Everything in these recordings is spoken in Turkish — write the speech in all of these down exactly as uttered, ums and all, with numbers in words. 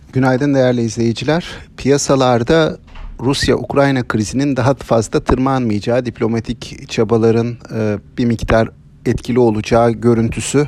Günaydın değerli izleyiciler. Piyasalarda Rusya-Ukrayna krizinin daha fazla tırmanmayacağı, diplomatik çabaların e, bir miktar etkili olacağı görüntüsü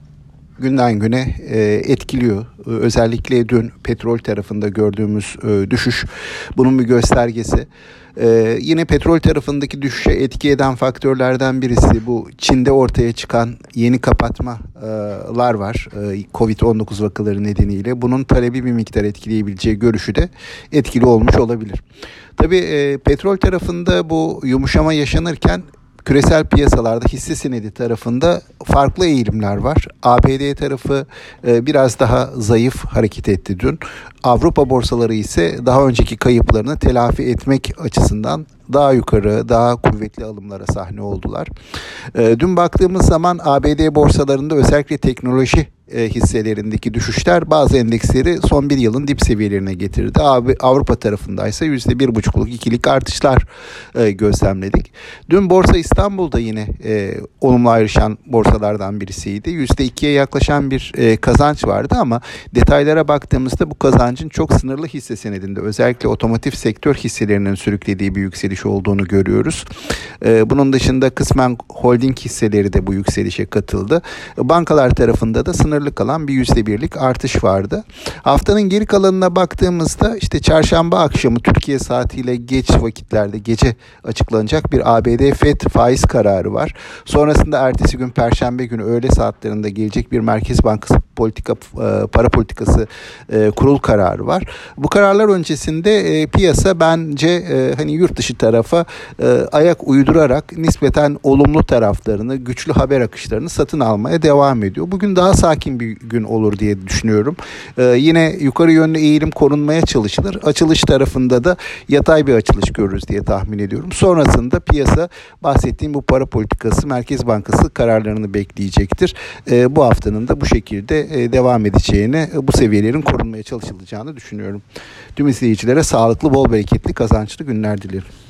günden güne e, etkiliyor. Özellikle dün petrol tarafında gördüğümüz e, düşüş bunun bir göstergesi. Ee, yine petrol tarafındaki düşüşe etki eden faktörlerden birisi bu Çin'de ortaya çıkan yeni kapatmalar var. Ee, covid on dokuz vakaları nedeniyle. Bunun talebi bir miktar etkileyebileceği görüşü de etkili olmuş olabilir. Tabii e, petrol tarafında bu yumuşama yaşanırken küresel piyasalarda hisse senedi tarafında farklı eğilimler var. A B D tarafı e, biraz daha zayıf hareket etti dün. Avrupa borsaları ise daha önceki kayıplarını telafi etmek açısından daha yukarı, daha kuvvetli alımlara sahne oldular. E, dün baktığımız zaman A B D borsalarında özellikle teknoloji e, hisselerindeki düşüşler bazı endeksleri son bir yılın dip seviyelerine getirdi. Avrupa tarafında ise yüzde bir buçukluk ikilik artışlar e, gözlemledik. Dün Borsa İstanbul'da yine e, olumlu ayrışan borsalardan birisiydi. yüzde ikiye yaklaşan bir e, kazanç vardı ama detaylara baktığımızda bu kazancın çok sınırlı hisse senedinde özellikle otomotiv sektör hisselerinin sürüklediği bir yükseliş olduğunu görüyoruz. E, bunun dışında kısmen holding hisseleri de bu yükselişe katıldı. Bankalar tarafında da sınırlı kalan bir yüzde birlik artış vardı. Haftanın geri kalanına baktığımızda işte çarşamba akşamı Türkiye saatiyle geç vakitlerde gece açıklanacak bir A B D Fed faiz kararı var. Sonrasında ertesi gün Perşembe günü öğle saatlerinde gelecek bir Merkez Bankası politika para politikası kurul kararı var. Bu kararlar öncesinde piyasa bence hani yurt dışı tarafa ayak uydurarak nispeten olumlu taraflarını, güçlü haber akışlarını satın almaya devam ediyor. Bugün daha sakin bir gün olur diye düşünüyorum. Yine yukarı yönlü eğilim korunmaya çalışılır. Açılış tarafında da yatay bir açılış görürüz diye tahmin ediyorum. Sonrasında piyasa bahsettiğim bu para politikası Merkez Bankası kararlarını bekleyecektir. Bu haftanın da bu şekilde devam edeceğini, bu seviyelerin korunmaya çalışılacağını düşünüyorum. Tüm izleyicilere sağlıklı, bol bereketli, kazançlı günler dilerim.